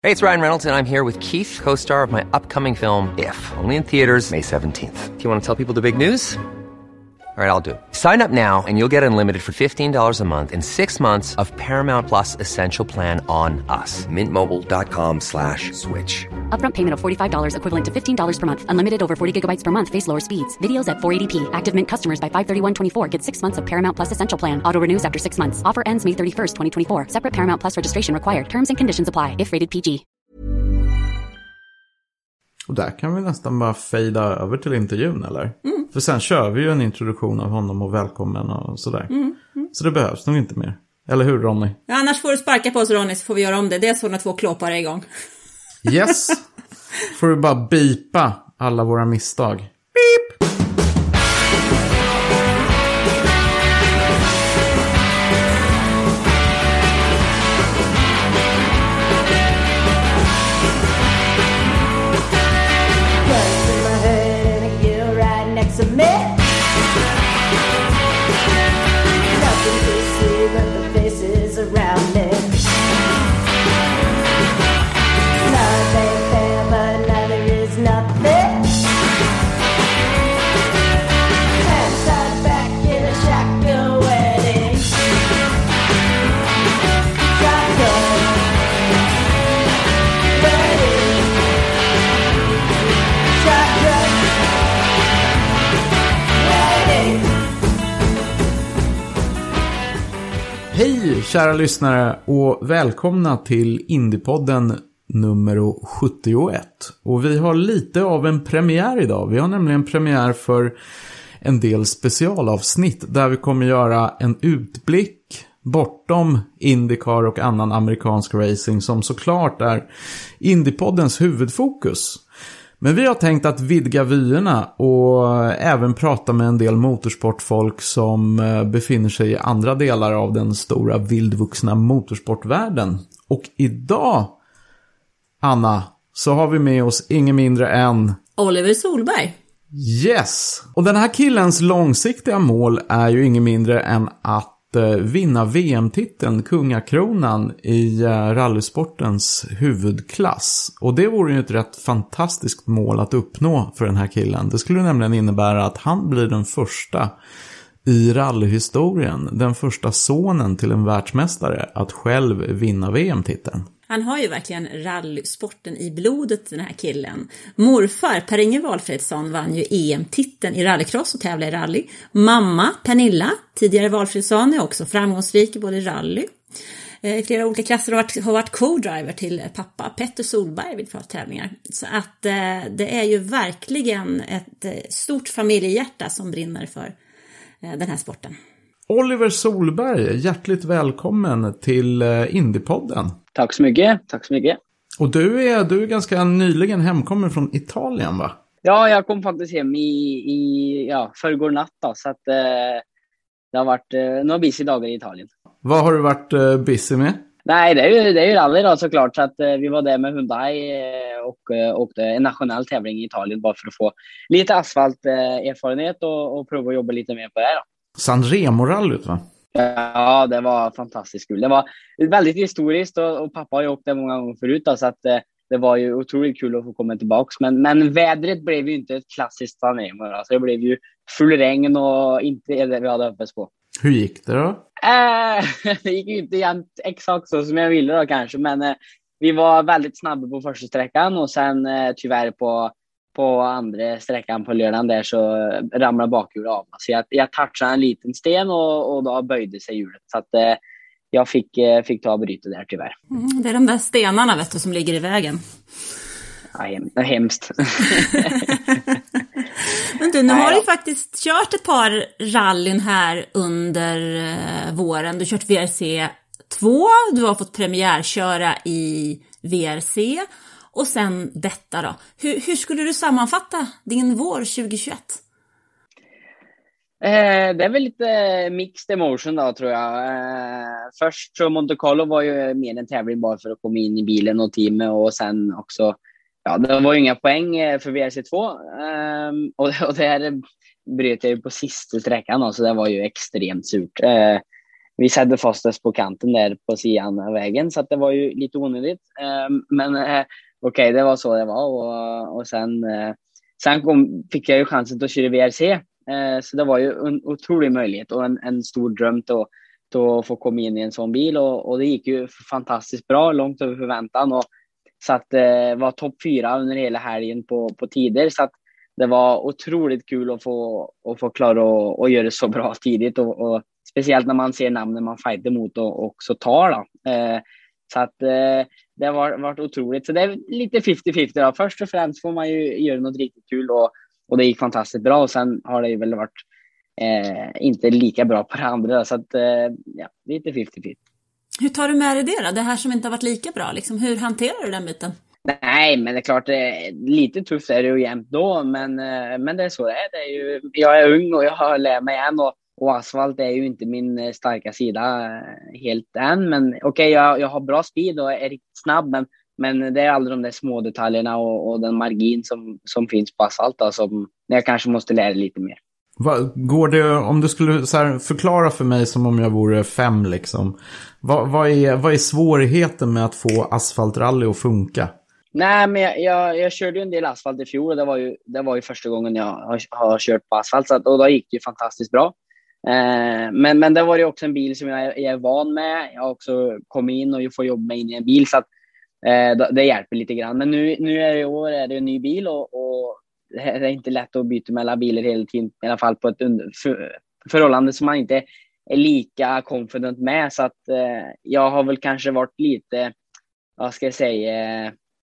Hey, it's Ryan Reynolds, and I'm here with Keith, co-star of my upcoming film, If, only in theaters May 17th. Do you want to tell people the big news? All right, I'll do it. Sign up now and you'll get unlimited for $15 a month and 6 months of Paramount Plus Essential Plan on us. MintMobile.com/switch. Upfront payment of $45 equivalent to $15 per month. Unlimited over 40 gigabytes per month. Face lower speeds. Videos at 480p. Active Mint customers by 531.24 get 6 months of Paramount Plus Essential Plan. Auto renews after 6 months. Offer ends May 31st, 2024. Separate Paramount Plus registration required. Terms and conditions apply if rated PG. Och där kan vi nästan bara fejda över till intervjun, eller? För sen kör vi ju en introduktion av honom och välkommen och sådär. Så det behövs nog inte mer. Eller hur, Ronny? Ja, annars får du sparka på oss, Ronny, så får vi göra om det. Det är sådana 2 klåpar är igång. Yes. Får du bara bipa alla våra misstag. Beep! Hej kära lyssnare och välkomna till Indiepodden nummer 71. Och vi har lite av en premiär idag. Vi har nämligen premiär för en del specialavsnitt där vi kommer göra en utblick bortom IndyCar och annan amerikansk racing som såklart är Indiepoddens huvudfokus. Men vi har tänkt att vidga vyerna och även prata med en del motorsportfolk som befinner sig i andra delar av den stora vildvuxna motorsportvärlden. Och idag, Anna, så har vi med oss ingen mindre än Oliver Solberg. Yes! Och den här killens långsiktiga mål är ju ingen mindre än att vinna VM-titeln, kungakronan i rallysportens huvudklass. Och det vore ju ett rätt fantastiskt mål att uppnå för den här killen. Det skulle nämligen innebära att han blir den första i rallyhistorien, den första sonen till en världsmästare att själv vinna VM-titeln. Han har ju verkligen rallysporten i blodet, den här killen. Morfar Per-Inge Walfridsson vann ju EM-titeln i rallycross och tävlar i rally. Mamma Pernilla, tidigare Walfridsson, är också framgångsrik i både rally. I flera olika klasser har varit co-driver till pappa Petter Solberg vid tävlingar. Så att det är ju verkligen ett stort familjehjärta som brinner för den här sporten. Oliver Solberg, hjärtligt välkommen till Indiepodden. Tack så mycket, tack så mycket. Och du är ganska nyligen hemkommen från Italien, va? Ja, jag kom faktiskt hem i förrgår natt då, så att det har varit några busy dagar i Italien. Vad har du varit busy med? Nej, det är ju rally då såklart, så att vi var där med Hyundai och åkte en nationell tävling i Italien bara för att få lite asfalterfarenhet och prova att jobba lite mer på det här då. Sanremo-rallyt, va? Ja, det var fantastiskt kul. Det var väldigt historiskt och pappa har ju åkt det många gånger förut då, så att det var ju otroligt kul att få komma tillbaka. Men vädret blev ju inte ett klassiskt Sanremo. Alltså det blev ju full regn och inte det vi hade öppet på. Hur gick det då? Det gick ju inte exakt så som jag ville då kanske, men vi var väldigt snabba på första sträckan och sen tyvärr på andra sträckan på lördagen där så ramlade bakhjulet av. Så jag touchade en liten sten och då böjde sig hjulet. Så att jag fick ta och bryta där tyvärr. Det är de där stenarna, vet du, som ligger i vägen. Ja, hemskt. Men du, nu har du faktiskt kört ett par rallyn här under våren. Du har kört VRC 2, du har fått premiärköra i VRC och sen detta då. Hur skulle du sammanfatta din vår 2021? Det är väl lite mixed emotion då, tror jag. Först så Monte Carlo var ju mer en tävling bara för att komma in i bilen och teamet, och sen också, ja, det var ju inga poäng för VRC2 och det här bröt jag ju på sista sträckan då, så det var ju extremt surt. vi satte fast oss på kanten där på sidan av vägen, så att det var ju lite onödigt. Men okej, det var så det var. Och sen fick jag ju chansen att köra VRC. Så det var ju en otrolig möjlighet och en stor dröm att få komma in i en sån bil. Och det gick ju fantastiskt bra, långt över förväntan. Och så att det var topp 4 under hela helgen på tider. Så att det var otroligt kul att få klara att göra det så bra tidigt. Och speciellt när man ser namnen man fighter mot och också tar då. Så att det har varit otroligt. Så det är lite 50-50 då. Först och främst får man ju göra något riktigt kul och det gick fantastiskt bra. Och sen har det ju väl varit inte lika bra på det andra då. Så att lite 50-50. Hur tar du med dig det då? Det här som inte har varit lika bra. Liksom, hur hanterar du den biten? Nej, men det är klart, lite tufft är det ju jämt då. Men det är så det är. Det är ju, jag är ung och jag har lärt mig än. Och asfalt är ju inte min starka sida helt än. Men okej, jag har bra speed och är riktigt snabb. Men det är aldrig de där små detaljerna och den margin som finns på asfalt då, som jag kanske måste lära lite mer. Går det, om du skulle så här förklara för mig som om jag vore 5 liksom. Vad är svårigheten med att få asfaltrally att funka? Nej, men jag körde ju en del asfalt i fjol och det var ju första gången jag har kört på asfalt, och då gick det ju fantastiskt bra. Men det var ju också en bil som jag är van med. Jag har också kommit in och får jobba mig in i en bil, så att det hjälper lite grann. Men nu är det en ny bil och det är inte lätt att byta mellan bilar hela tiden, i alla fall på ett förhållande som man inte är lika confident med. Så att jag har väl kanske varit lite, vad ska jag säga,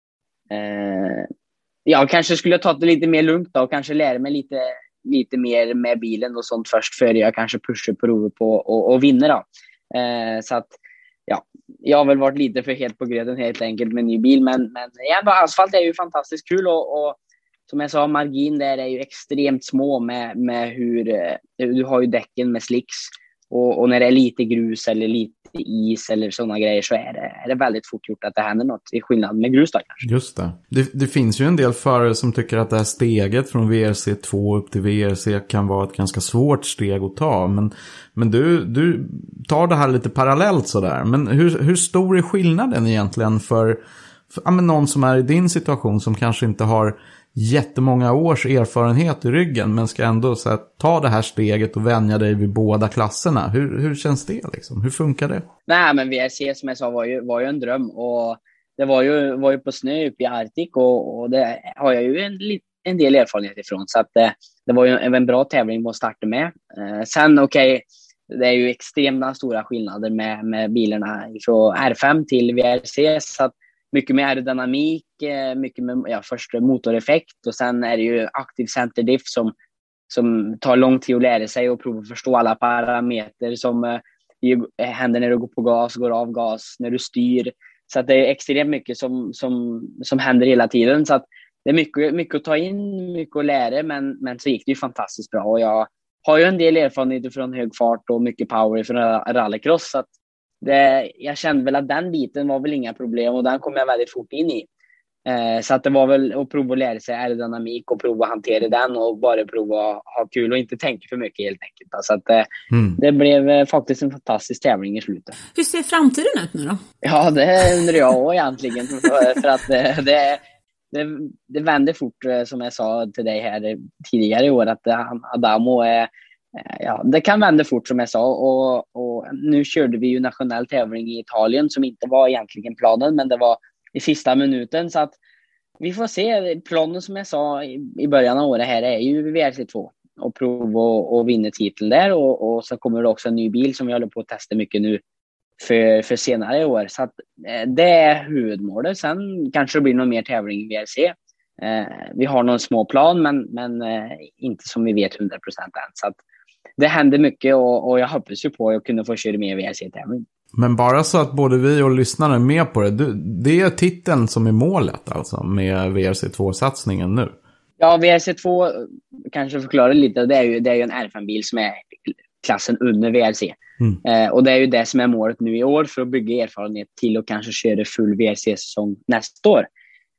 jag kanske skulle ta det lite mer lugnt då, och kanske lära mig lite mer med bilen och sånt först, för jag kanske pushar prover på och vinner då. Så att jag har väl varit lite för helt på gröden helt enkelt med en ny bil, men asfalt är ju fantastiskt kul och som jag sa, margin där är ju extremt små med hur du har ju däcken med slicks och när det är lite grus eller lite is eller sådana grejer, så är det väldigt fort gjort att det händer något i skillnad med grus då kanske. Just det finns ju en del förare som tycker att det här steget från VRC2 upp till VRC kan vara ett ganska svårt steg att ta, men du tar det här lite parallellt sådär. Men hur stor är skillnaden egentligen för någon som är i din situation som kanske inte har jättemånga års erfarenhet i ryggen, men ska ändå så här, ta det här steget och vänja dig vid båda klasserna? Hur känns det liksom? Hur funkar det? Nej, men VRC som jag sa var ju en dröm, och det var ju på snö uppe i Arctic, och det har jag ju en del erfarenhet ifrån, så att det var ju en bra tävling att starta med. Sen okej, det är ju extremt stora skillnader med bilarna från R5 till VRC, så att mycket med aerodynamik, mycket med först motoreffekt, och sen är det ju aktiv center diff som tar lång tid att lära sig och prova att förstå alla parametrar som händer när du går på gas, går av gas, när du styr. Så att det är extremt mycket som händer hela tiden. Så att det är mycket att ta in, mycket att lära, men så gick det ju fantastiskt bra. Och jag har ju en del erfarenheter från hög fart och mycket power från rallycross, så att jag kände väl att den biten var väl inga problem, och den kom jag väldigt fort in i. Så att det var väl att prova att lära sig aerodynamik och prova att hantera den och bara prova att ha kul och inte tänka för mycket helt enkelt. Så att det blev faktiskt en fantastisk tävling i slutet. Hur ser framtiden ut nu då? Ja, det undrar jag egentligen. För att det vänder fort, som jag sa till dig här tidigare i år, att Adamo är... Ja, det kan vända fort som jag sa, och nu körde vi ju nationell tävling i Italien som inte var egentligen planen, men det var i sista minuten, så att vi får se. Planen som jag sa i början av året här är ju VRC2 och prova att vinna titeln där, och så kommer det också en ny bil som vi håller på att testa mycket nu för senare i år, så att det är huvudmålet. Sen kanske det blir någon mer tävling i VRC. Vi har någon små plan, men inte som vi vet 100% än, så att det händer mycket, och jag hoppas ju på att kunna få köra med VRC-tävling. Men bara så att både vi och lyssnare är med på det. Det är titeln som är målet alltså med VRC2-satsningen nu. Ja, VRC2 kanske förklarar lite. Det är ju en R5-bil som är klassen under VRC. Och det är ju det som är målet nu i år, för att bygga erfarenhet till och kanske köra full VRC-säsong nästa år.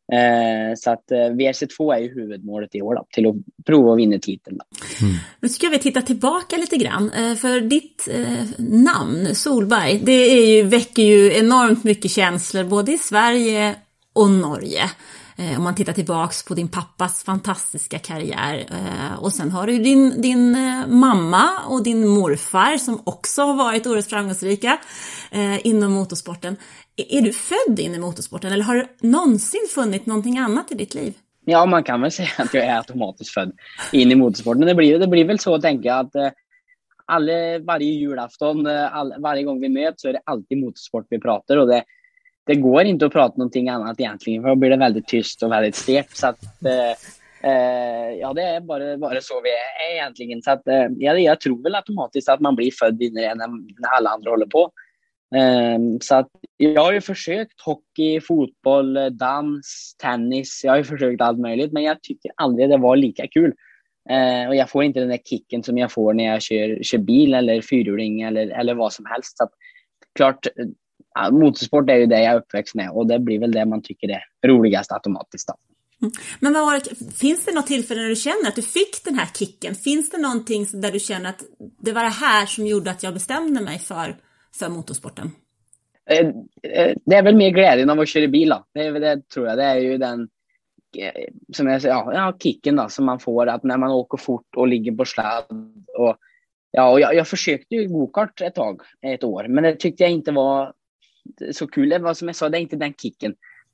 Så att WRC2 är ju huvudmålet i år då, till att prova att vinna titeln. Nu ska vi titta tillbaka lite grann. För ditt namn, Solberg, det väcker ju enormt mycket känslor både i Sverige och Norge. Om man tittar tillbaks på din pappas fantastiska karriär. Och sen har du din mamma och din morfar som också har varit oerhört framgångsrika inom motorsporten. Är du född in i motorsporten eller har du någonsin funnit någonting annat i ditt liv? Ja, man kan väl säga att jag är automatiskt född in i motorsporten. Det blir väl så att tänka att varje julafton, varje gång vi möts så är det alltid motorsport vi pratar. Och det går inte att prata någonting annat egentligen, för då blir det väldigt tyst och väldigt stelt. Så att, ja, det är bara så vi är egentligen. Så att, jag tror väl automatiskt att man blir född in i det när alla andra håller på. Så att jag har ju försökt hockey, fotboll, dans, tennis. Jag har ju försökt allt möjligt, men jag tycker aldrig det var lika kul. Och jag får inte den där kicken som jag får när jag kör bil eller fyrhjuling eller vad som helst. Så att, klart, motorsport är ju det jag är uppväxt med och det blir väl det man tycker är roligast automatiskt då. Men finns det något tillfälle när du känner att du fick den här kicken? Finns det någonting där du känner att det var det här som gjorde att jag bestämde mig för motorsporten? Det är väl mer glädjen av att köra bil då. Det tror jag. Det är ju den som jag säger, kicken då, som man får att när man åker fort och ligger på sladd och jag försökte ju gokart ett år, men det tyckte jag inte var så kul. Det var som jag sa, det är inte den kicken.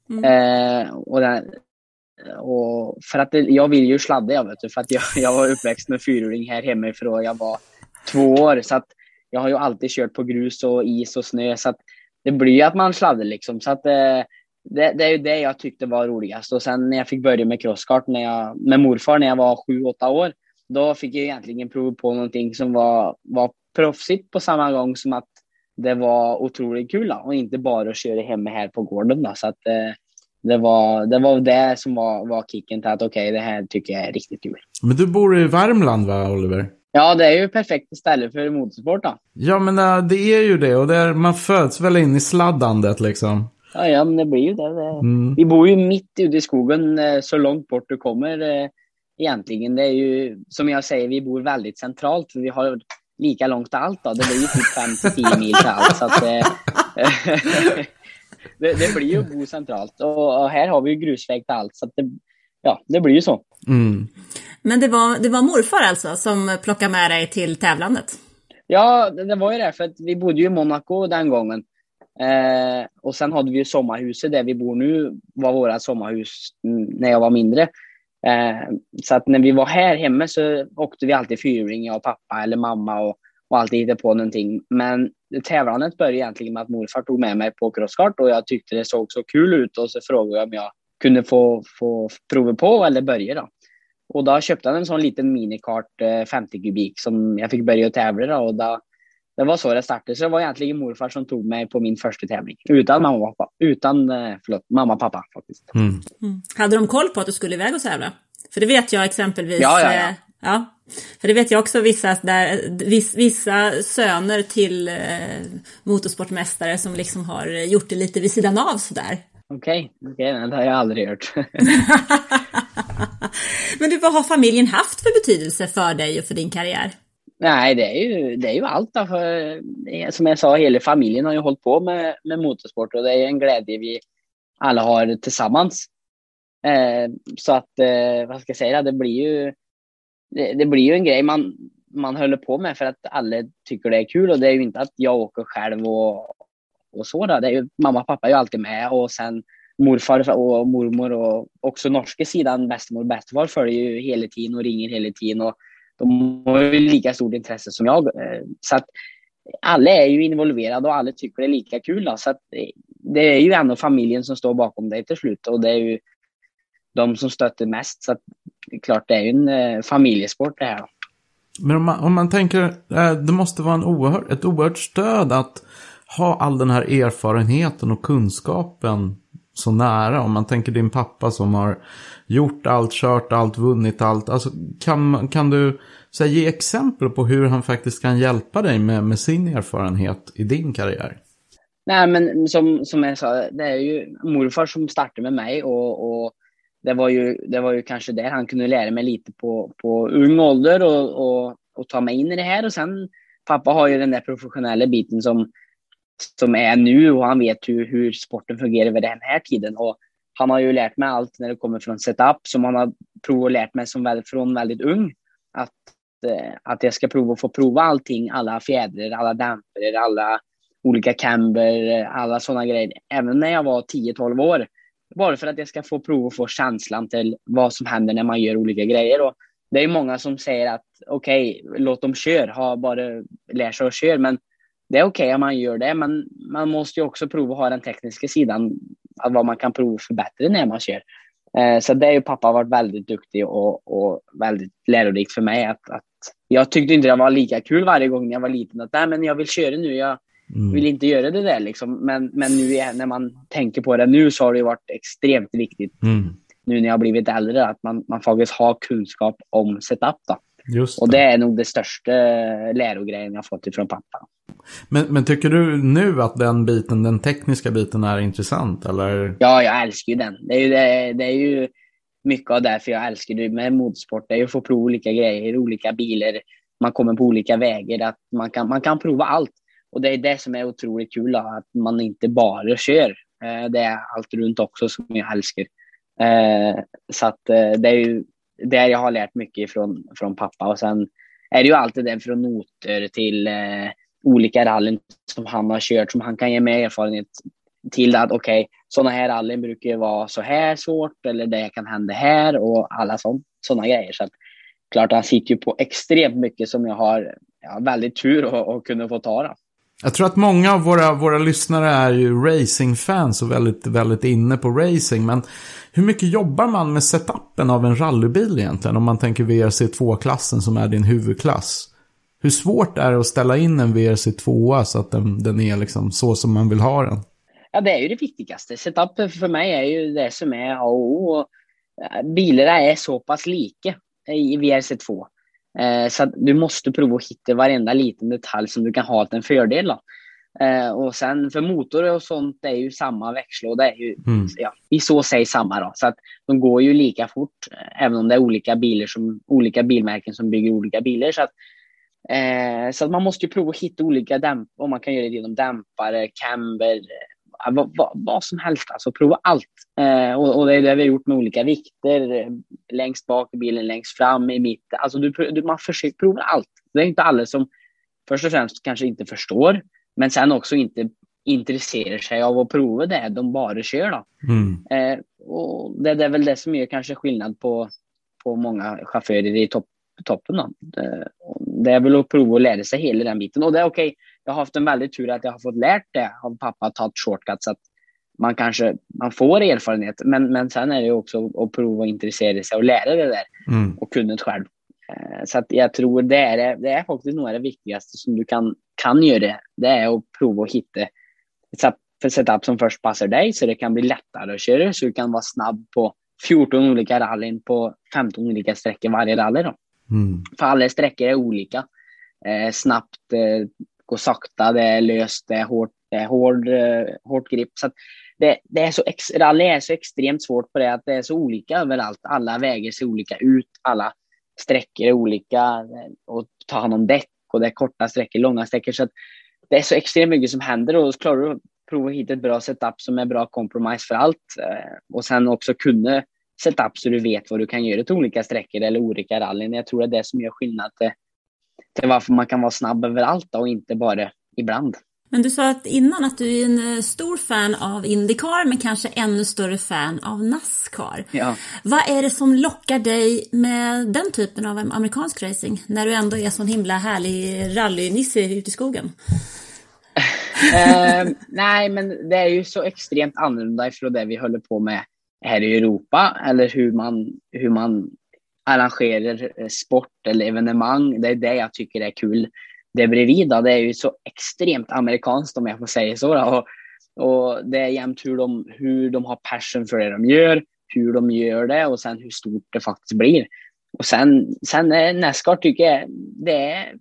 Och för att jag vill ju sladda, för att jag var uppväxt med fyrhjuling här hemifrån jag var 2 år, så att jag har ju alltid kört på grus och is och snö, så att det blir ju att man sladdar liksom. Så att det är ju det jag tyckte var roligast. Och sen när jag fick börja med crosskart med morfar när jag var 7-8 år, då fick jag egentligen prova på någonting som var proffsigt på samma gång som att det var otroligt kul då, och inte bara att köra hemma här på gården då. Så att det var det som var kicken till att okej, det här tycker jag är riktigt kul. Men du bor i Värmland, va, Oliver? Ja, det är ju perfekt ställe för motorsport då. Ja, men det är ju det. Och man föds väl in i sladdandet liksom. Ja, men det blir ju det. Vi bor ju mitt ute i skogen, så långt bort du kommer egentligen. Det är ju, som jag säger, vi bor väldigt centralt. För vi har lika långt till allt då. Det blir ju typ 5-10 mil till allt. Så att, det blir ju att bo centralt. Och här har vi ju grusväg till allt. Så att det blir ju så. Men det var morfar alltså som plockade med dig till tävlandet? Ja, det var ju det. För att vi bodde ju i Monaco den gången. Och sen hade vi ju sommarhuset där vi bor nu, var våra sommarhus när jag var mindre. Så att när vi var här hemma så åkte vi alltid fyrhjuling, jag och pappa eller mamma och alltid hittade på någonting. Men tävlandet började egentligen med att morfar tog med mig på crosskart och jag tyckte det såg så kul ut och så frågade jag om jag kunde få prova på eller börja då. Och då köpte han en sån liten minikart 50 kubik som jag fick börja tävla då, och det var så det startade. Så det var egentligen morfar som tog mig på min första tävling. Utan mamma och pappa faktiskt. Hade de koll på att du skulle iväg och tävla? För det vet jag exempelvis. Ja. För det vet jag också vissa söner till motorsportmästare som liksom har gjort det lite vid sidan av sådär. Okej, det har jag aldrig hört. Men vad har familjen haft för betydelse för dig och för din karriär? Nej, det är ju allt då. Som jag sa, hela familjen har ju hållit på med motorsport och det är en glädje vi alla har tillsammans. Så att, vad ska jag säga, det blir ju en grej man håller på med för att alla tycker det är kul, och det är ju inte att jag åker själv och så där. Det är ju, mamma och pappa är ju alltid med, och sen morfar och mormor och också norska sidan, bestemor och bestefar följer ju hela tiden och ringer hela tiden, och de har ju lika stort intresse som jag. Så att alla är ju involverade och alla tycker det är lika kul då. Så att det är ju ändå familjen som står bakom dig till slut, och det är ju de som stöter mest. Så att klart det är ju en familjesport det här då. Men om man tänker, det måste vara ett oerhört stöd att ha all den här erfarenheten och kunskapen så nära. Om man tänker din pappa som har gjort allt, kört allt, vunnit allt. Alltså, kan du ge exempel på hur han faktiskt kan hjälpa dig med sin erfarenhet i din karriär? Nej, men som jag sa, det är ju morfar som startade med mig och det var ju kanske där han kunde lära mig lite på ung ålder och ta mig in i det här. Och sen pappa har ju den där professionella biten som är nu, och han vet hur sporten fungerar vid den här tiden. Och han har ju lärt mig allt när det kommer från setup som han har provat och lärt mig från väldigt ung. Att jag ska få prova allting, alla fjädrar, alla dämpare, alla olika camber, alla sådana grejer. Även när jag var 10-12 år. Bara för att jag ska få prova och få känslan till vad som händer när man gör olika grejer. Och det är många som säger att okej, låt dem köra, ha bara lärt sig att köra. Men det är okej om man gör det, men man måste ju också prova att ha den tekniska sidan av vad man kan prova förbättra när man kör. Så det är ju pappa varit väldigt duktig och väldigt lärorikt för mig. Att jag tyckte inte det var lika kul varje gång när jag var liten. Att nej, men jag vill köra nu, jag vill inte göra det där liksom. Men nu när man tänker på det nu så har det varit extremt viktigt nu när jag har blivit äldre att man faktiskt har kunskap om setup då. Just det. Och det är nog det största lärogrejen jag fått ifrån pappa. Men tycker du nu att den tekniska biten är intressant, eller? Ja, jag älskar ju den. Det är ju mycket av det, för jag älskar det med motorsport. Det är ju att få prova olika grejer, olika bilar. Man kommer på olika vägar. Att man kan prova allt. Och det är det som är otroligt kul, att man inte bara kör. Det är allt runt också som jag älskar. Så att det är ju där jag har lärt mycket från pappa. Och sen är det ju alltid det från noter till olika rallyn som han har kört, som han kan ge mig erfarenhet till att okej, sådana här rallyn brukar vara så här svårt, eller det kan hända här och alla sådana grejer. Så att klart han sitter ju på extremt mycket som jag har väldigt tur att kunna få ta då. Jag tror att många av våra lyssnare är ju racingfans och väldigt, väldigt inne på racing. Men hur mycket jobbar man med setupen av en rallybil egentligen? Om man tänker VRC2-klassen som är din huvudklass. Hur svårt är det att ställa in en VRC2 så att den är liksom så som man vill ha den? Ja, det är ju det viktigaste. Setup för mig är ju det som är A och O. Bilarna är så pass lika i VRC2. Så att du måste prova att hitta varenda liten detalj som du kan ha till en fördel då. Och sen för motor och sånt, det är ju samma växel, det är ju i så säg samma då. Så att de går ju lika fort, även om det är olika bilmärken som bygger olika bilar. Så att man måste ju prova att hitta olika dämpare, om man kan göra det genom dämpare, camber, vad som helst, alltså prova allt. Och det är det vi har gjort med olika vikter, längst bak i bilen, längst fram, i mitten. Alltså man försöker prova allt. Det är inte alla som först och främst kanske inte förstår, men sen också inte intresserar sig av att prova det. De bara kör då. Och det är väl det som gör kanske skillnad på många chaufförer i toppen då. Det är väl att prova att lära sig hela den biten. Och det är okej. Jag har haft en väldigt tur att jag har fått lärt det av pappa att ta ett shortcut så att man får erfarenhet. Men sen är det också att prova att intressera sig och lära det där. Och kunna det själv. Så att jag tror det är faktiskt nog det viktigaste som du kan göra. Det är att prova att hitta ett setup som först passar dig, så det kan bli lättare att köra. Så du kan vara snabb på 14 olika rallyn på 15 olika sträckor varje rally då. För alla sträckor är olika. Snabbt, gå sakta, det är löst, det är hårt grip. Så att det är så rally är så extremt svårt på det, att det är så olika överallt. Alla vägar ser olika ut, alla sträckor är olika, och ta hand om däck, och det är korta sträckor, långa sträckor. Så att det är så extremt mycket som händer, och klarar du att prova att hitta ett bra setup som är bra kompromiss för allt, och sen också kunna setup så du vet vad du kan göra till olika sträckor eller olika rallyn. Jag tror det är det som gör skillnad till varför man kan vara snabb överallt och inte bara ibland. Men du sa att innan att du är en stor fan av IndyCar, men kanske ännu större fan av NASCAR. Ja. Vad är det som lockar dig med den typen av amerikansk racing när du ändå är sån himla härlig rallynisse ute i skogen? Nej, men det är ju så extremt annorlunda ifrån det vi håller på med här i Europa, eller hur man arrangerar sport eller evenemang. Det är det jag tycker är kul. Det bredvid då, det är ju så extremt amerikanskt, om jag får säga så då. Och det är jämt hur de har passion för det de gör, hur de gör det, och sen hur stort det faktiskt blir. Och sen NASCAR tycker jag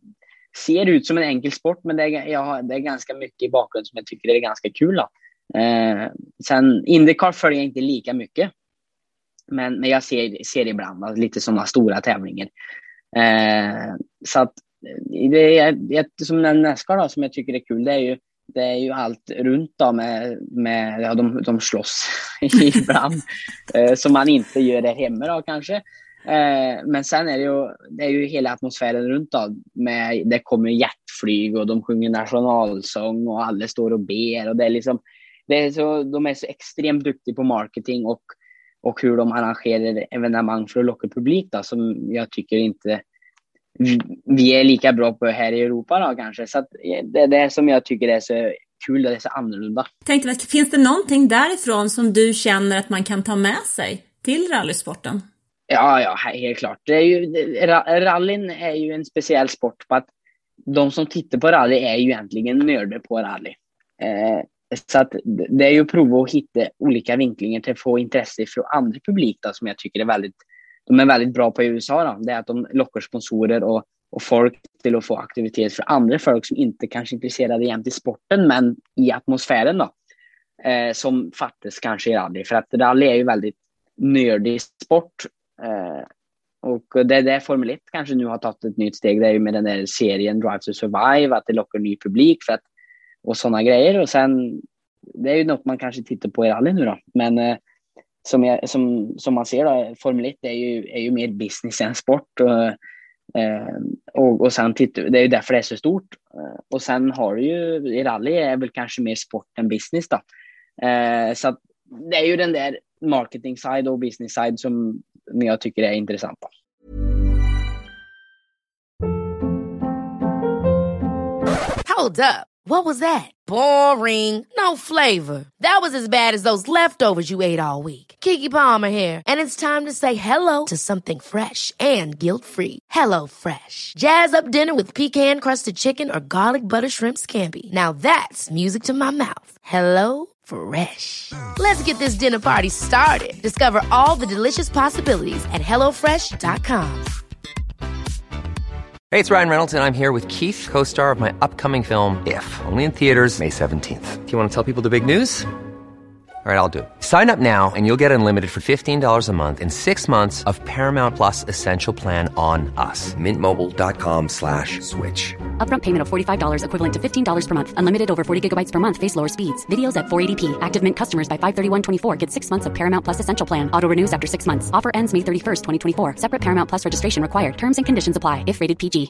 ser ut som en enkel sport, men det är ganska mycket i bakgrunden som jag tycker är ganska kul då. Sen IndyCar följer jag inte lika mycket, men jag ser ibland alltså, lite sådana stora tävlingar. Så att det är som en NASCAR då, som jag tycker är kul, det är ju allt runt då med de slåss ibland som man inte gör där hemma då kanske. Men sen är det är ju hela atmosfären runt då, det kommer jetflyg och de sjunger nationalsång och alla står och ber, och det är liksom de är så extremt duktiga på marketing och hur de arrangerar evenemang för att locka publik då, som jag tycker inte vi är lika bra på här i Europa då kanske. Så att det är det som jag tycker är så kul, det är så annorlunda. Tänkte, finns det någonting därifrån som du känner att man kan ta med sig till rallysporten? Ja, helt klart. Rallyn är ju en speciell sport på att de som tittar på rally är ju egentligen nördar på rally. Så att det är ju att prova att hitta olika vinklingar till att få intresse för andra publik då, som jag tycker de är väldigt bra på i USA då. Det är att de lockar sponsorer och folk till att få aktivitet för andra folk som inte kanske är intresserade egentligen i sporten, men i atmosfären då. Som fattas kanske i rally. För att rally är ju väldigt nördig sport. Och det är där Formel 1 kanske nu har tagit ett nytt steg. Det är ju med den där serien Drive to Survive, att det lockar ny publik och sådana grejer. Och sen, det är ju något man kanske tittar på i rally nu då. Men som man ser då, Formel 1 är ju mer business än sport. Och sen det är ju därför det är så stort. Och sen har du ju, i rally är väl kanske mer sport än business då. Så att det är ju den där marketing side och business side som jag tycker är intressanta. Hold up. What was that? Boring. No flavor. That was as bad as those leftovers you ate all week. Keke Palmer here, and it's time to say hello to something fresh and guilt-free. Hello Fresh. Jazz up dinner with pecan-crusted chicken or garlic butter shrimp scampi. Now that's music to my mouth. Hello Fresh. Let's get this dinner party started. Discover all the delicious possibilities at hellofresh.com. Hey, it's Ryan Reynolds, and I'm here with Keith, co-star of my upcoming film, If, only in theaters May 17th. Do you want to tell people the big news? All right, I'll do it. Sign up now and you'll get unlimited for $15 a month and 6 months of Paramount Plus Essential Plan on us. MintMobile.com/switch. Upfront payment of $45 equivalent to $15 per month. Unlimited over 40 gigabytes per month. Face lower speeds. Videos at 480p. Active Mint customers by 531.24 get 6 months of Paramount Plus Essential Plan. Auto renews after 6 months. Offer ends May 31st, 2024. Separate Paramount Plus registration required. Terms and conditions apply if rated PG.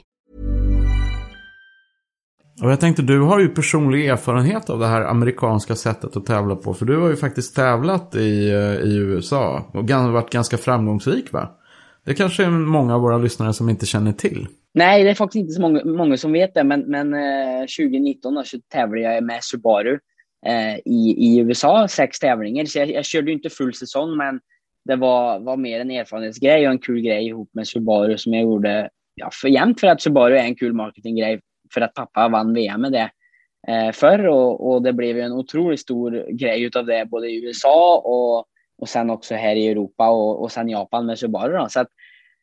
Och jag tänkte, du har ju personlig erfarenhet av det här amerikanska sättet att tävla på. För du har ju faktiskt tävlat i USA och varit ganska framgångsrik, va? Det kanske är många av våra lyssnare som inte känner till. Nej, det är faktiskt inte så många som vet det. Men 2019 så tävlade jag med Subaru i USA, 6 tävlingar. Så jag körde ju inte full säsong, men det var mer en erfarenhetsgrej och en kul grej ihop med Subaru som jag gjorde för att Subaru är en kul marketinggrej. För att pappa vann VM med det förr och det blev ju en otroligt stor grej utav det både i USA och sen också här i Europa och sen Japan med Subaru då. Så att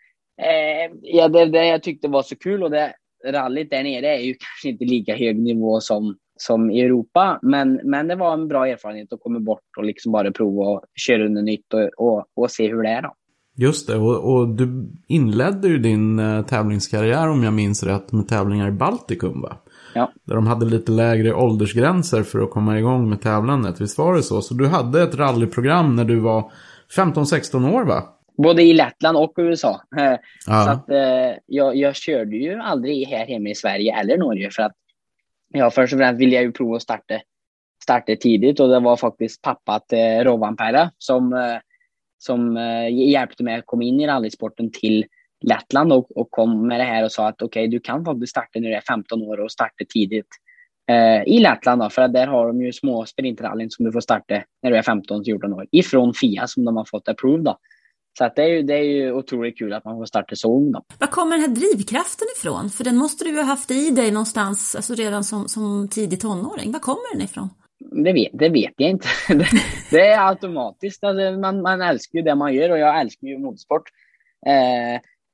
det jag tyckte var så kul, och det rallyt där nere är ju kanske inte lika hög nivå som i Europa, men det var en bra erfarenhet att komma bort och liksom bara prova och köra under nytt och se hur det är då. Just det, och du inledde ju din tävlingskarriär, om jag minns rätt, med tävlingar i Baltikum, va? Ja. Där de hade lite lägre åldersgränser för att komma igång med tävlandet, visst var det så? Så du hade ett rallyprogram när du var 15-16 år, va? Både i Lettland och USA. Ja. Så att jag körde ju aldrig här hemma i Sverige eller Norge, för att först och främst ville jag ju prova att starta tidigt, och det var faktiskt pappa till Rovanperä som hjälpte mig att komma in i rallysporten till Lettland och kom med det här och sa att okej, du kan faktiskt starta när du är 15 år och starta tidigt i Lettland då, för att där har de ju små sprintrallyn som du får starta när du är 15-14 år ifrån FIA som de har fått approved då. Så att det är ju otroligt kul att man får starta så ung då. Var kommer den här drivkraften ifrån? För den måste du ju ha haft i dig någonstans, alltså redan som tidig tonåring. Var kommer den ifrån? Det vet jag inte. Det är automatiskt. Alltså, man älskar ju det man gör, och jag älskar ju motorsport.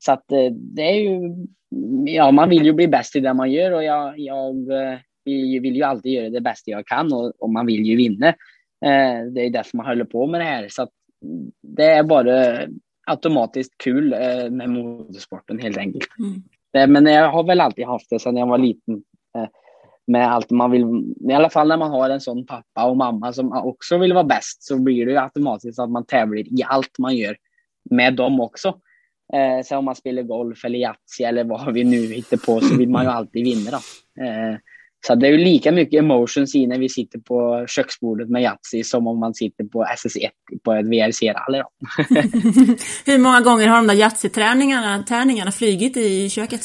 Så att det är ju, ja, man vill ju bli bäst i det man gör, och jag vill ju alltid göra det bästa jag kan, och man vill ju vinna. Det är därför man håller på med det här. Så att det är bara automatiskt kul med motorsporten helt enkelt. Men jag har väl alltid haft det sedan jag var liten. Med allt man vill, i alla fall när man har en sån pappa och mamma som också vill vara bäst, så blir det ju automatiskt att man tävlar i allt man gör med dem också. Så om man spelar golf eller Yatzy eller vad vi nu hittar på, så vill man ju alltid vinna då. Så det är ju lika mycket emotions i när vi sitter på köksbordet med Yatzy som om man sitter på SS1 på ett VRC-rally då. Hur många gånger har de där Yatzy-tärningarna flygit i köket?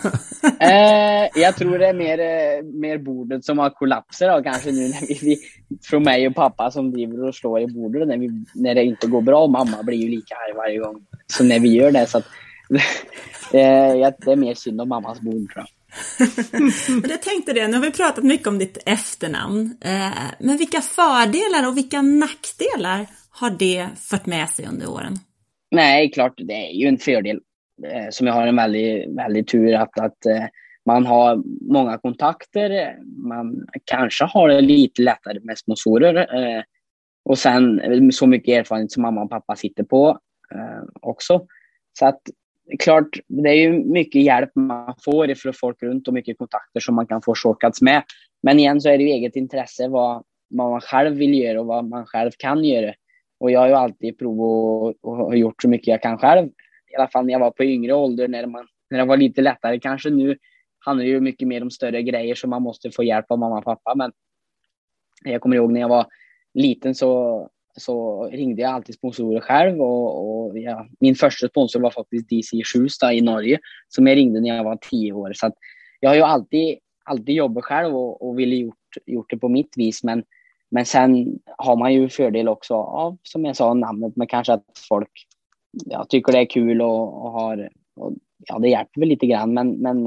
Jag tror det är mer bordet som har kollapsat då, kanske nu när vi från mig och pappa som driver och slår i bordet när det inte går bra. Mamma blir ju lika arg varje gång så när vi gör det, så att det är mer synd om mammas bord, tror jag. Men jag tänkte det, nu har vi pratat mycket om ditt efternamn, men vilka fördelar och vilka nackdelar har det fört med sig under åren? Nej, klart det är ju en fördel, som jag har en väldigt tur att man har många kontakter, man kanske har det lite lättare med sponsorer, och sen så mycket erfarenhet som mamma och pappa sitter på också. Så att klart, det är ju mycket hjälp man får ifrån folk runt och mycket kontakter som man kan få shortcuts med. Men igen så är det ju eget intresse vad man själv vill göra och vad man själv kan göra. Och jag har ju alltid provat och gjort så mycket jag kan själv. I alla fall när jag var på yngre ålder, när det var lite lättare. Kanske nu handlar det ju mycket mer om större grejer som man måste få hjälp av mamma och pappa. Men jag kommer ihåg när jag var liten så ringde jag alltid sponsorer själv, och min första sponsor var faktiskt DC Shoes i Norge, som jag ringde när jag var 10 år. Så att jag har ju alltid jobbat själv och ville gjort det på mitt vis, men sen har man ju fördel också av, som jag sa, namnet, men kanske att folk tycker det är kul och har, och det hjälper väl lite grann, men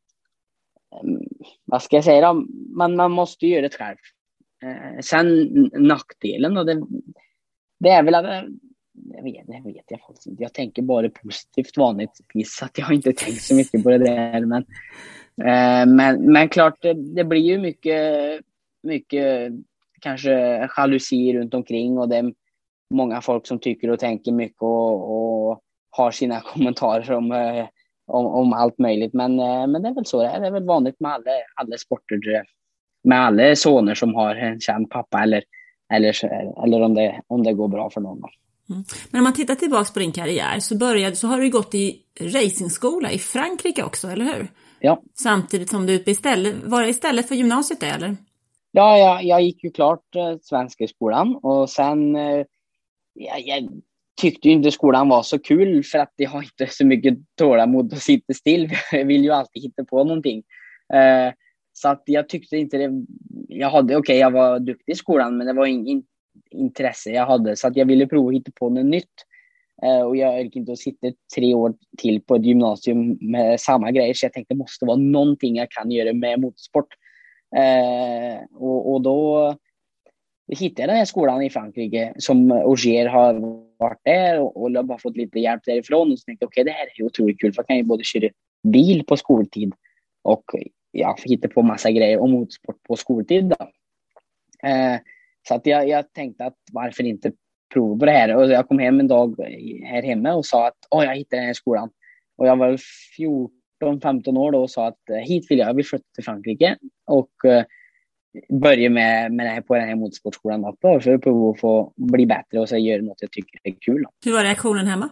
vad ska jag säga då? Man måste göra det själv. Sen nackdelen, och det är väl att jag vet jag faktiskt inte. Jag tänker bara positivt vanligtvis, så att jag har inte tänkt så mycket på det där, men klart det blir ju mycket kanske jalusi runt omkring, och det är många folk som tycker och tänker mycket och har sina kommentarer om allt möjligt, men det är väl så det är väl vanligt med alla sporter, med alla soner som har en känd pappa eller om det går bra för någon. Men om man tittar tillbaka på din karriär så har du gått i racingskola i Frankrike också, eller hur? Ja. Samtidigt som du var det istället för gymnasiet där, eller? Ja, jag gick ju klart svenska skolan, och sen jag tyckte ju inte skolan var så kul, för att jag har inte så mycket tålamod att sitta still. Jag vill ju alltid hitta på någonting. Så att jag tyckte inte det. Jag var duktig i skolan, men det var ingen intresse jag hade. Så att jag ville prova att hitta på något nytt. Och jag gick inte att sitta 3 år till på ett gymnasium med samma grejer. Så jag tänkte det måste vara någonting jag kan göra med motorsport. Och då hittade jag den här skolan i Frankrike som Ogier har varit där. Och jag har bara fått lite hjälp därifrån. Och så tänkte jag det här är otroligt kul. För jag kan ju både köra bil på skoltid och hitta på massa grejer om motorsport på skoltid då. Så att jag tänkte att varför inte prova på det här. Och jag kom hem en dag här hemma och sa att jag hittade den här skolan. Och jag var 14-15 år då och sa att hit vill jag flytta till Frankrike och börja med det här på den här motorsportskolan då, för att prova att få bli bättre och så göra något jag tycker är kul då. Hur var reaktionen hemma?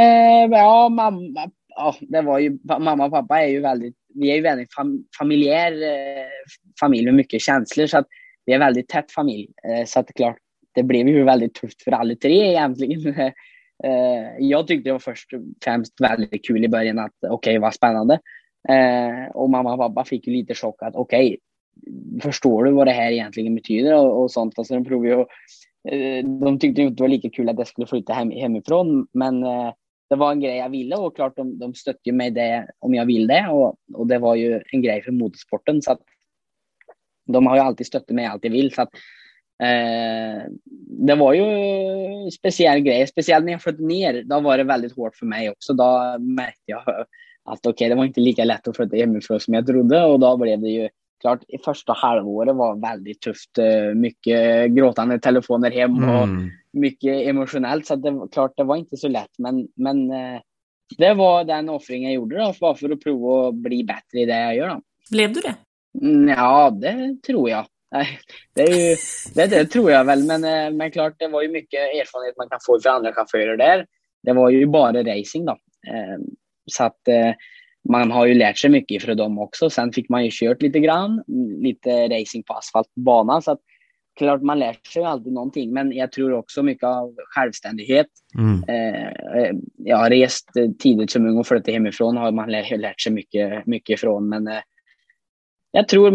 Det var ju, mamma och pappa är ju vi är ju väldigt familjär familj med mycket känslor, så att vi är väldigt tätt familj. Så att klart, det blev ju väldigt tufft för alla tre egentligen. Jag tyckte det var först och främst väldigt kul i början att vad spännande. Och mamma och pappa fick ju lite chock att förstår du vad det här egentligen betyder och sånt. Alltså de provade ju, de tyckte inte det var lika kul att jag skulle flytta hemifrån, men det var en grej jag ville, och klart de stötte mig det om jag vill det, och det var ju en grej för motorsporten, så att de har ju alltid stöttat mig allt jag vill, så att Det var ju en speciell grej, speciellt när jag flyttade ner. Då var det väldigt hårt för mig också. Då märkte jag att okej, det var inte lika lätt att flytta hemifrån som jag trodde, och då blev det ju klart, i första halvåret var väldigt tufft. Mycket gråtande telefoner hem och mycket emotionellt, så att det var klart, det var inte så lätt, men det var den offringen jag gjorde då, för att prova att bli bättre i det jag gör då. Blev du det? Ja, det tror jag. Det tror jag väl, men klart, det var ju mycket erfarenhet man kan få för andra chaufförer där. Det var ju bara racing då. Så att man har ju lärt sig mycket för dem också. Sen fick man ju kört lite grann, lite racing på asfaltbana, så att klart man lär sig ju alltid någonting, men jag tror också mycket av självständighet. Jag har rest tidigt som ung och flyttat hemifrån, har man lärt sig mycket ifrån, men jag tror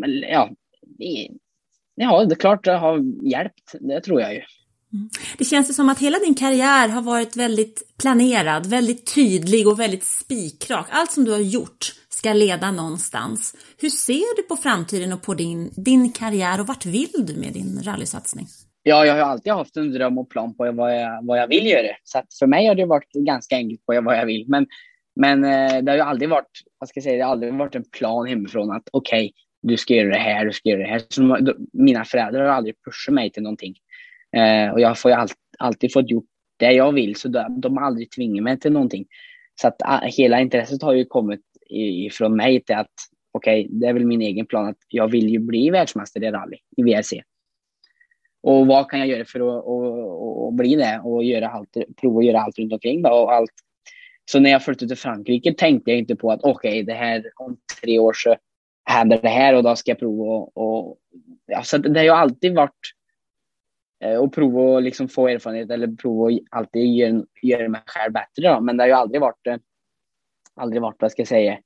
det är klart det har hjälpt, det tror jag ju. Det känns som att hela din karriär har varit väldigt planerad, väldigt tydlig och väldigt spikrak. Allt som du har gjort ska leda någonstans. Hur ser du på framtiden och på din karriär, och vart vill du med din rallysatsning? Ja, jag har alltid haft en dröm och plan på vad jag vill göra. Så att för mig har det varit ganska enkelt på vad jag vill. Men det har ju aldrig varit, det har aldrig varit en plan hemifrån att okej, du ska göra det här, du ska göra det här. Så mina föräldrar har aldrig pushat mig till någonting. Och jag får ju alltid fått gjort det jag vill, så de har aldrig tvingat mig till någonting. Så att hela intresset har ju kommit ifrån mig till att okej, det är väl min egen plan att jag vill ju bli världsmästare i rally i VRC. Och vad kan jag göra för att bli det, och prova att göra allt runt omkring då, och allt. Så när jag flyttade till Frankrike tänkte jag inte på att okej, det här om 3 år så händer det här, och då ska jag prova så det har ju alltid varit och prova att liksom få erfarenhet, eller prova att alltid göra mig själv bättre då. Men det har ju aldrig varit vad ska jag säga,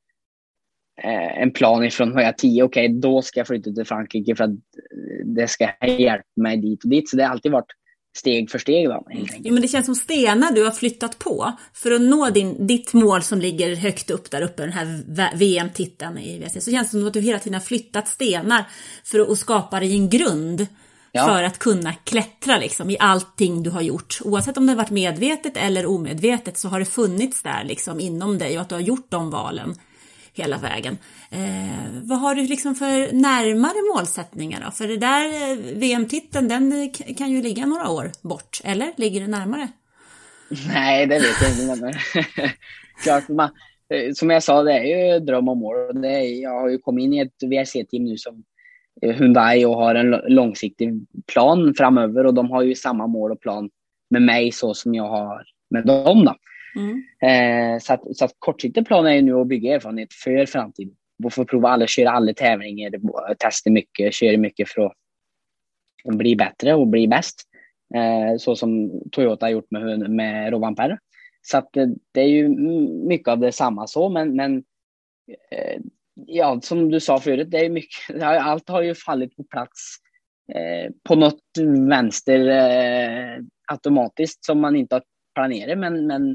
en plan ifrån när jag är 10, okej, då ska jag flytta till Frankrike för att det ska hjälpa mig dit och dit. Så det har alltid varit steg för steg då, helt enkelt. Ja, men det känns som stenar du har flyttat på för att nå ditt mål som ligger högt upp där uppe, den här VM-titeln i VRC. Så känns det som att du hela tiden har flyttat stenar för att skapa dig en grund. Ja. För att kunna klättra liksom i allting du har gjort. Oavsett om det har varit medvetet eller omedvetet, så har det funnits där liksom inom dig, och att du har gjort de valen hela vägen. Vad har du liksom för närmare målsättningar då? För det där VM-titeln, den kan ju ligga några år bort. Eller ligger det närmare? Nej, det vet jag inte. Klart, som jag sa, det är ju dröm och mål. Jag har ju kommit in i ett VRC-team nu som Hyundai och har en långsiktig plan framöver, och de har ju samma mål och plan med mig så som jag har med dem då. Så att kortsiktig plan är ju nu att bygga erfarenhet för framtiden, och få prova köra alla tävlingar, testa mycket, köra mycket för att bli bättre och bli bäst, så som Toyota har gjort med Rovanperä. Så att det är ju mycket av det samma så, men ja, som du sa förut, det är mycket, allt har ju fallit på plats på något vänster automatiskt som man inte har planerat, men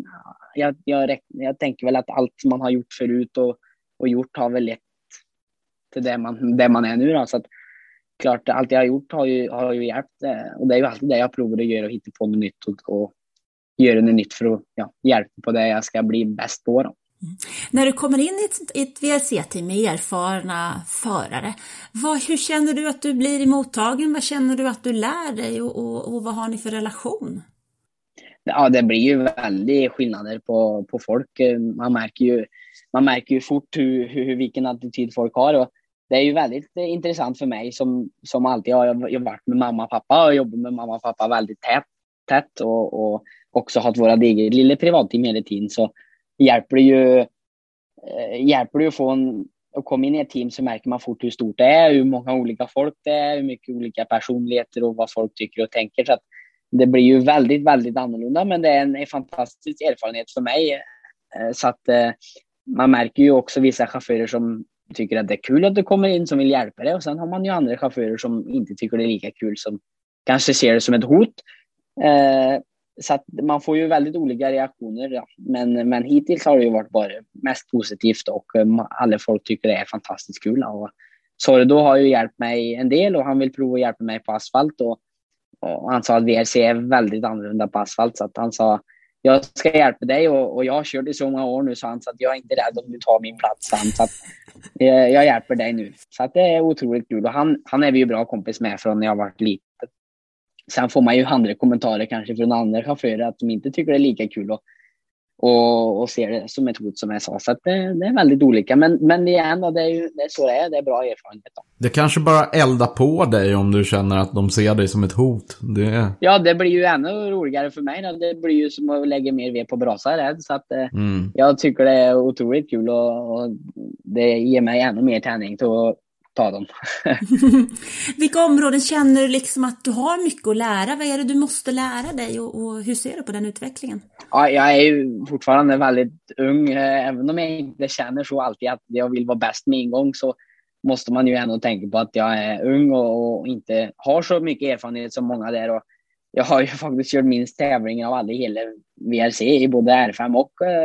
jag tänker väl att allt man har gjort förut och gjort har väl lett till det man är nu då. Så att klart, allt jag har gjort har ju hjälpt, och det är ju alltid det jag provar att göra, och hitta på något nytt och göra något nytt för att hjälpa på det jag ska bli bäst på då. När du kommer in i ett VRC-team med erfarna förare, hur känner du att du blir i mottagen? Vad känner du att du lär dig, och vad har ni för relation? Ja, det blir ju väldigt skillnader på folk. Man märker ju fort vilken attityd folk har, och det är ju väldigt intressant för mig som alltid har varit med mamma och pappa och jobbat med mamma och pappa väldigt tätt och också haft våra eget lilla privatteam hela tiden, så hjälper det ju att komma in i ett team, så märker man fort hur stort det är, hur många olika folk det är, hur mycket olika personligheter och vad folk tycker och tänker. Så att det blir ju väldigt, väldigt annorlunda, men det är en fantastisk erfarenhet för mig. Så att man märker ju också vissa chaufförer som tycker att det är kul att du kommer in, som vill hjälpa dig, och sen har man ju andra chaufförer som inte tycker det är lika kul, som kanske ser det som ett hot. Så att man får ju väldigt olika reaktioner, ja. Men hittills har det ju varit bara mest positivt, och alla folk tycker det är fantastiskt kul, och Sordo har ju hjälpt mig en del och han vill prova att hjälpa mig på asfalt. Och han sa att VRC är väldigt annorlunda på asfalt. Så att han sa, jag ska hjälpa dig och jag har kört i så många år nu, så han sa att jag är inte rädd om du tar min plats. Så att jag hjälper dig nu. Så att det är otroligt kul. Och han är vi ju bra kompis med från när jag varit liten. Sen får man ju andra kommentarer kanske från andra chaufförer att de inte tycker det är lika kul och ser det som ett hot, som jag sa. Så att det är väldigt olika. Men igen då, det är så det är. Det är bra erfarenhet då. Det kanske bara eldar på dig om du känner att de ser dig som ett hot. Ja, det blir ju ännu roligare för mig då. Det blir ju som att lägga mer ved på brasa. Så att jag tycker det är otroligt kul och det ger mig ännu mer träning till att ta dem. Vilka områden känner du liksom att du har mycket att lära? Vad är det du måste lära dig och hur ser du på den utvecklingen? Ja, jag är ju fortfarande väldigt ung. Även om jag inte känner så alltid att jag vill vara bäst med en gång, så måste man ju ändå tänka på att jag är ung och inte har så mycket erfarenhet som många där. Och jag har ju faktiskt kört minst tävlingar av alla i hela VRC i både R5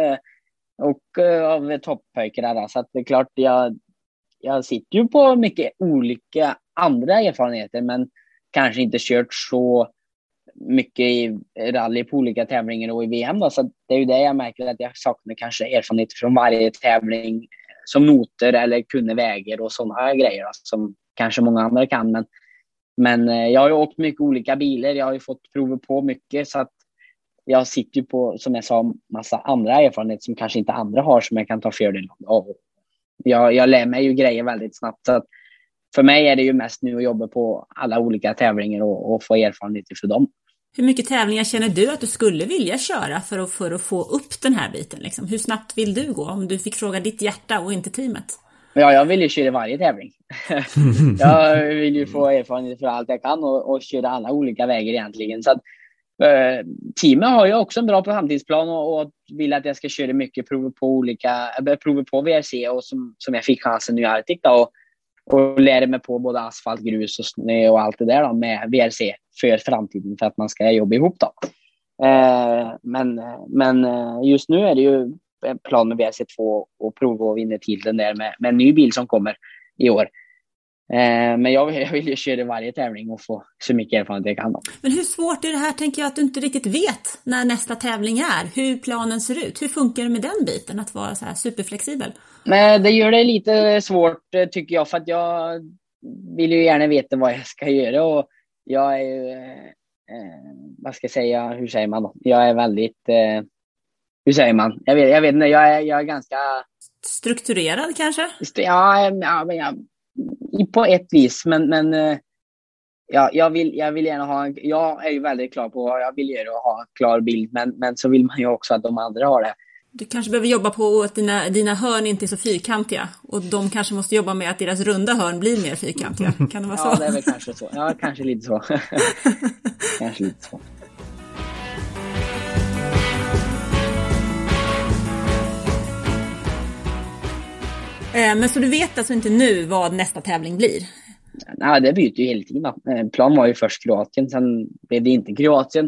och av toppökare. Så att det är klart, jag sitter ju på mycket olika andra erfarenheter, men kanske inte kört så mycket i rally på olika tävlingar och i VM då. Så det är ju det jag märker, att jag saknar kanske erfarenhet från varje tävling, som noter eller kunna vägar och sådana grejer då, som kanske många andra kan. Men jag har ju åkt mycket olika bilar, jag har ju fått prova på mycket, så att jag sitter ju på, som jag sa, massa andra erfarenheter som kanske inte andra har, som jag kan ta fördel av. Jag lär mig ju grejer väldigt snabbt, så att för mig är det ju mest nu att jobba på alla olika tävlingar och få erfarenheter för dem. Hur mycket tävlingar känner du att du skulle vilja köra för att få upp den här biten? Liksom? Hur snabbt vill du gå om du fick fråga ditt hjärta och inte teamet? Ja, jag vill ju köra varje tävling. Jag vill ju få erfarenhet för allt jag kan och köra alla olika vägar egentligen. Så att, teamet har ju också en bra framtidsplan och vill att jag ska köra mycket prover på VRC, och som jag fick chansen nu i Arctic då, och lära mig på både asfalt, grus och snö och allt det där då med VRC för framtiden, för att man ska jobba ihop då. Men just nu är det ju en plan med VRC2 och prova att vinna titeln där med en ny bil som kommer i år. Men jag vill ju köra varje tävling och få så mycket erfarenhet jag kan. Men hur svårt är det här, tänker jag, att du inte riktigt vet när nästa tävling är? Hur planen ser ut? Hur funkar det med den biten, att vara så här superflexibel? Men det gör det lite svårt tycker jag, för att jag vill ju gärna veta vad jag ska göra. Och jag är ju, vad ska jag säga, hur säger man då? Jag är väldigt, hur säger man? Jag vet inte, jag är ganska... Strukturerad kanske? Ja, på ett vis, men jag vill gärna ha, jag är ju väldigt klar på vad jag vill göra och ha en klar bild, men så vill man ju också att de andra har det. Du kanske behöver jobba på att dina hörn inte är så fyrkantiga, och de kanske måste jobba med att deras runda hörn blir mer fyrkantiga. Kan det vara så? Ja, det är väl kanske så. Ja, kanske lite så. Kanske lite så. Men så du vet alltså inte nu vad nästa tävling blir? Nej, det byter ju hela tiden. Plan var ju först Kroatien, sen blev det inte Kroatien.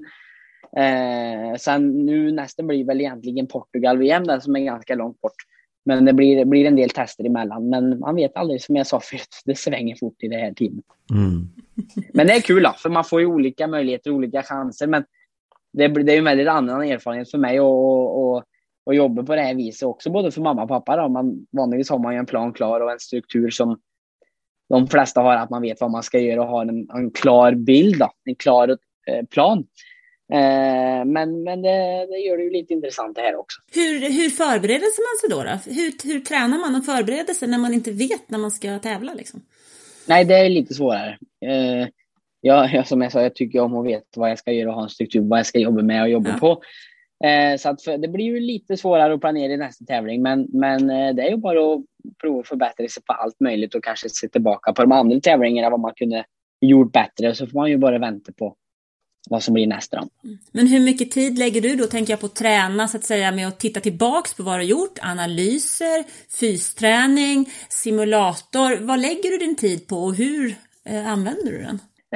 Sen nu nästa blir väl egentligen Portugal-VM, där som är ganska långt bort. Men det blir en del tester emellan. Men man vet aldrig, som jag sa förut, det svänger fort i det här teamet. Men det är kul då, för man får ju olika möjligheter, olika chanser. Men det är ju en väldigt annan erfarenhet för mig och jobba på det här viset också, både för mamma och pappa då. Vanligtvis har man ju en plan klar och en struktur som de flesta har, att man vet vad man ska göra och har en klar bild då, en klar plan. Men det gör det ju lite intressant det här också. Hur förbereder man sig då? Hur tränar man och förbereder sig när man inte vet när man ska tävla liksom? Nej, det är lite svårare. Som jag sa, jag tycker om att veta vad jag ska göra och ha en struktur, vad jag ska jobba med och jobba på. Så att det blir ju lite svårare att planera i nästa tävling, men det är ju bara att prova att förbättra sig på allt möjligt och kanske se tillbaka på de andra tävlingarna, vad man kunde gjort bättre, så får man ju bara vänta på vad som blir nästa då. Men hur mycket tid lägger du då, tänker jag, på att träna, så att säga, med att titta tillbaks på vad du har gjort, analyser, fysträning, simulator? Vad lägger du din tid på och hur använder du den?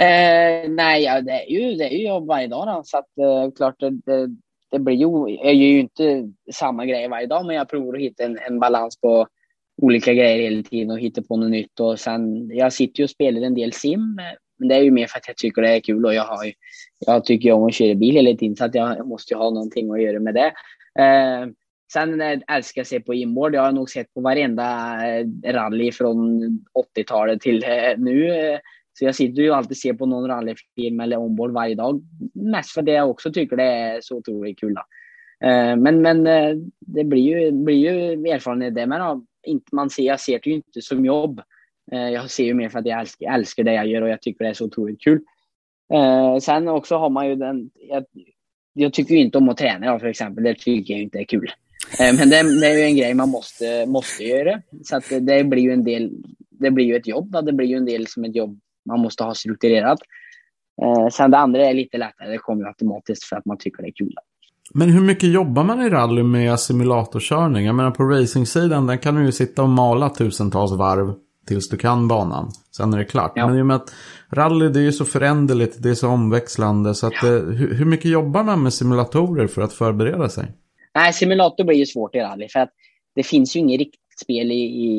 Det är ju jobb varje dag då, så att klart det blir ju, jag gör ju inte samma grej varje dag, men jag provar att hitta en balans på olika grejer hela tiden och hittar på något nytt. Och sen, jag sitter ju och spelar en del sim, men det är ju mer för att jag tycker det är kul och jag tycker om att köra bil hela tiden, så att jag måste ju ha någonting att göra med det. Sen älskar jag att se på inboard. Jag har nog sett på varenda rally från 80-talet till nu. Så jag sitter ju alltid och ser på någon rallyfilm eller onboard varje dag. Mest för det jag också tycker det är så otroligt kul. Men det blir ju erfarenhet det. Men jag ser det ju inte som jobb. Jag ser ju mer för att jag älskar det jag gör och jag tycker det är så otroligt kul. Sen också har man ju jag tycker ju inte om att träna för exempel. Det tycker jag inte är kul. Men det är ju en grej man måste göra. Så att det blir ju en del, det blir ju ett jobb. Det blir ju en del som ett jobb man måste ha strukturerat. Sen det andra är lite lättare. Det kommer ju automatiskt för att man tycker det är kul. Men hur mycket jobbar man i rally med simulatorkörning? Jag menar på racing-sidan, där kan du ju sitta och mala tusentals varv tills du kan banan. Sen är det klart. Ja. Men i och med att rally, det är ju så föränderligt, det är så omväxlande. Så att, hur mycket jobbar man med simulatorer för att förbereda sig? Nej, simulator blir ju svårt i rally. För att det finns ju inget riktigt spel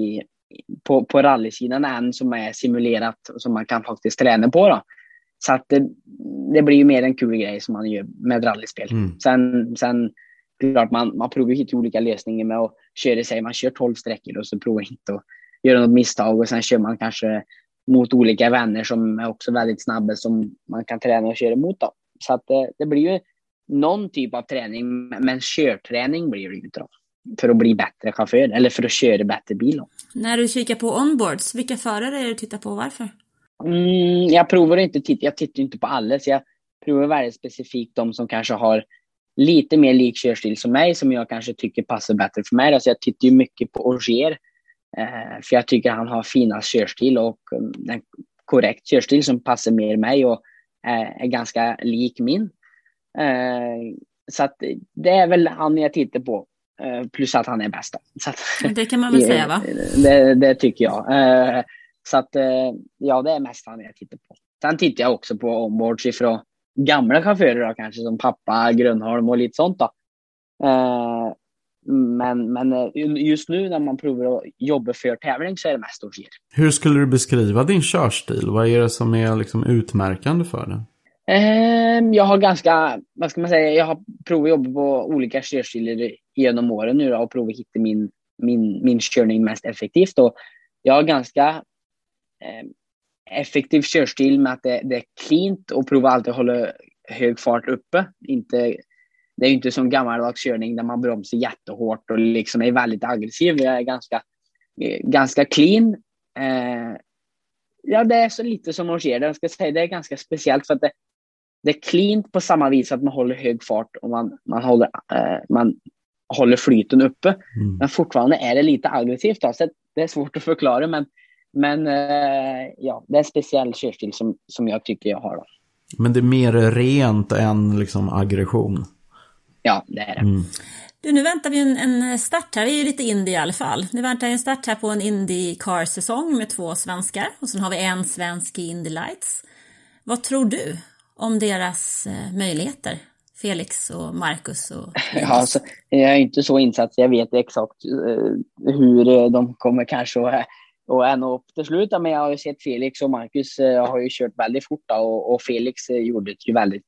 på rallysidan än som är simulerat och som man kan faktiskt träna på då. Så att det blir ju mer en kul grej som man gör med rallyspel. Sen klart man provar ju hitta olika lösningar med att köra sig. Man kör 12 sträckor och så provar inte att göra något misstag. Och sen kör man kanske mot olika vänner som är också väldigt snabba som man kan träna och köra mot då. Så att det blir ju någon typ av träning, men körträning blir det ju inte då. För att bli bättre chaufför eller för att köra bättre bil då. När du kikar på onboards, vilka förare är det du tittar på och varför? Jag provar inte jag tittar inte på alla, så jag provar väldigt specifikt de som kanske har lite mer lik körstil som mig, som jag kanske tycker passar bättre för mig. Så jag tittar ju mycket på Ogier, för jag tycker han har finast körstil och en korrekt körstil som passar mer mig och är ganska lik min. Så att det är väl han jag tittar på, plus att han är bäst. Så att, det kan man väl säga, va? Det tycker jag. Så att ja, det är mest han jag tittar på. Sen tittar jag också på onboards ifrån gamla chaufförer då, kanske som pappa Grönholm och lite sånt då. Men just nu när man provar att jobba för tävling så är det mest Ogier. Hur skulle du beskriva din körstil? Vad är det som är liksom utmärkande för den? Jag har ganska, vad ska man säga, jag har provat att jobba på olika körstilar genom åren nu då, och provat att hitta min körning mest effektivt. Och jag har ganska effektiv körstil med att det är cleant och prova alltid att hålla hög fart uppe. Det är ju inte som gammaldags körning där man bromsar jättehårt och liksom är väldigt aggressiv. Jag är ganska clean. Ja, det är så lite som man ser det. Jag ska säga det är ganska speciellt för att det är cleant på samma vis att man håller hög fart och man håller flyten uppe. Men fortfarande är det lite aggressivt. Så det är svårt att förklara, men ja, det är en speciell körstil som jag tycker jag har då. Men det är mer rent än liksom aggression. Ja, det är det. Du, nu väntar vi en start här. Vi är ju lite indie i alla fall. Nu väntar en start här på en IndyCar-säsong med 2 svenskar. Och sen har vi en svensk i Indy Lights. Vad tror du om deras möjligheter? Felix och Marcus och ja, alltså, jag är inte så insatt så jag vet exakt hur de kommer kanske och ända upp till slut. Men jag har ju sett Felix och Marcus har ju kört väldigt fort då, och Felix gjorde det ju väldigt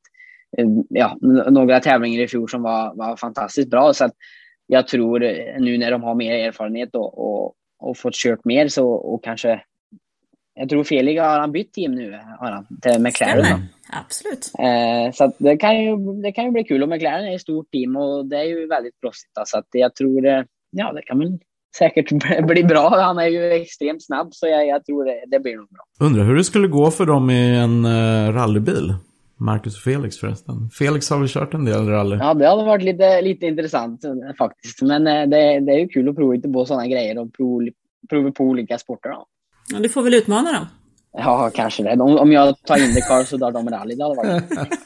några tävlingar i fjol som var fantastiskt bra. Så att jag tror nu när de har mer erfarenhet och fått kört mer så, och kanske jag tror Felix har han bytt team nu till McLaren. Absolut. Så att det kan ju bli kul, och McLaren är ett stort team och det är ju väldigt proffsigt. Så att jag tror det kan väl säkert bli bra. Han är ju extremt snabb, så jag tror det blir nog bra. Undrar hur det skulle gå för dem i en rallybil. Marcus och Felix förresten. Felix har väl kört en del rally. Ja, det hade varit lite intressant faktiskt. Men det är ju kul att prova inte på sådana grejer och prova på olika sporter då. Ja, du får väl utmana dem. Ja, kanske det. Om jag tar IndyCar så drar de rally. Det hade varit.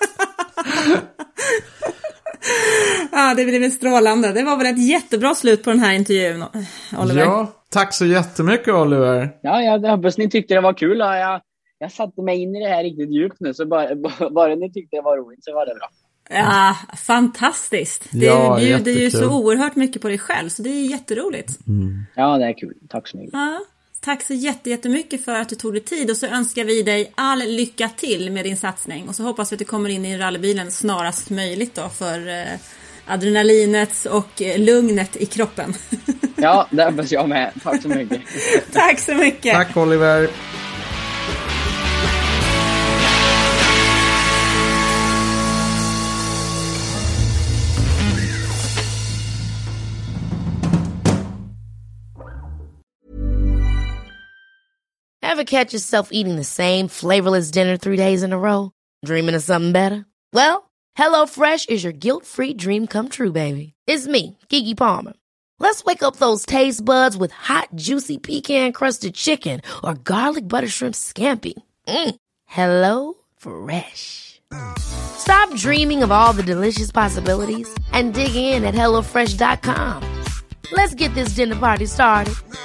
Ja, det blev strålande. Det var väl ett jättebra slut på den här intervjun, Oliver. Ja, tack så jättemycket, Oliver. Ja, jag hoppas ni tyckte det var kul. Jag satte mig in i det här riktigt djupt nu, så bara ni tyckte det var roligt så var det bra. Ja, fantastiskt. Det bjuder ju så oerhört mycket på dig själv, så det är jätteroligt. Ja, det är kul. Tack så mycket. Ja, tack så jättemycket för att du tog dig tid, och så önskar vi dig all lycka till med din satsning, och så hoppas vi att du kommer in i rallybilen snarast möjligt då, för adrenalinet och lugnet i kroppen. Ja, det hoppas jag med. Tack så mycket. Tack så mycket. Tack Oliver. Ever catch yourself eating the same flavorless dinner 3 days in a row? Dreaming of something better? Well, HelloFresh is your guilt-free dream come true, baby. It's me, Keke Palmer. Let's wake up those taste buds with hot, juicy pecan-crusted chicken or garlic butter shrimp scampi. Hello Fresh. Stop dreaming of all the delicious possibilities and dig in at HelloFresh.com. Let's get this dinner party started.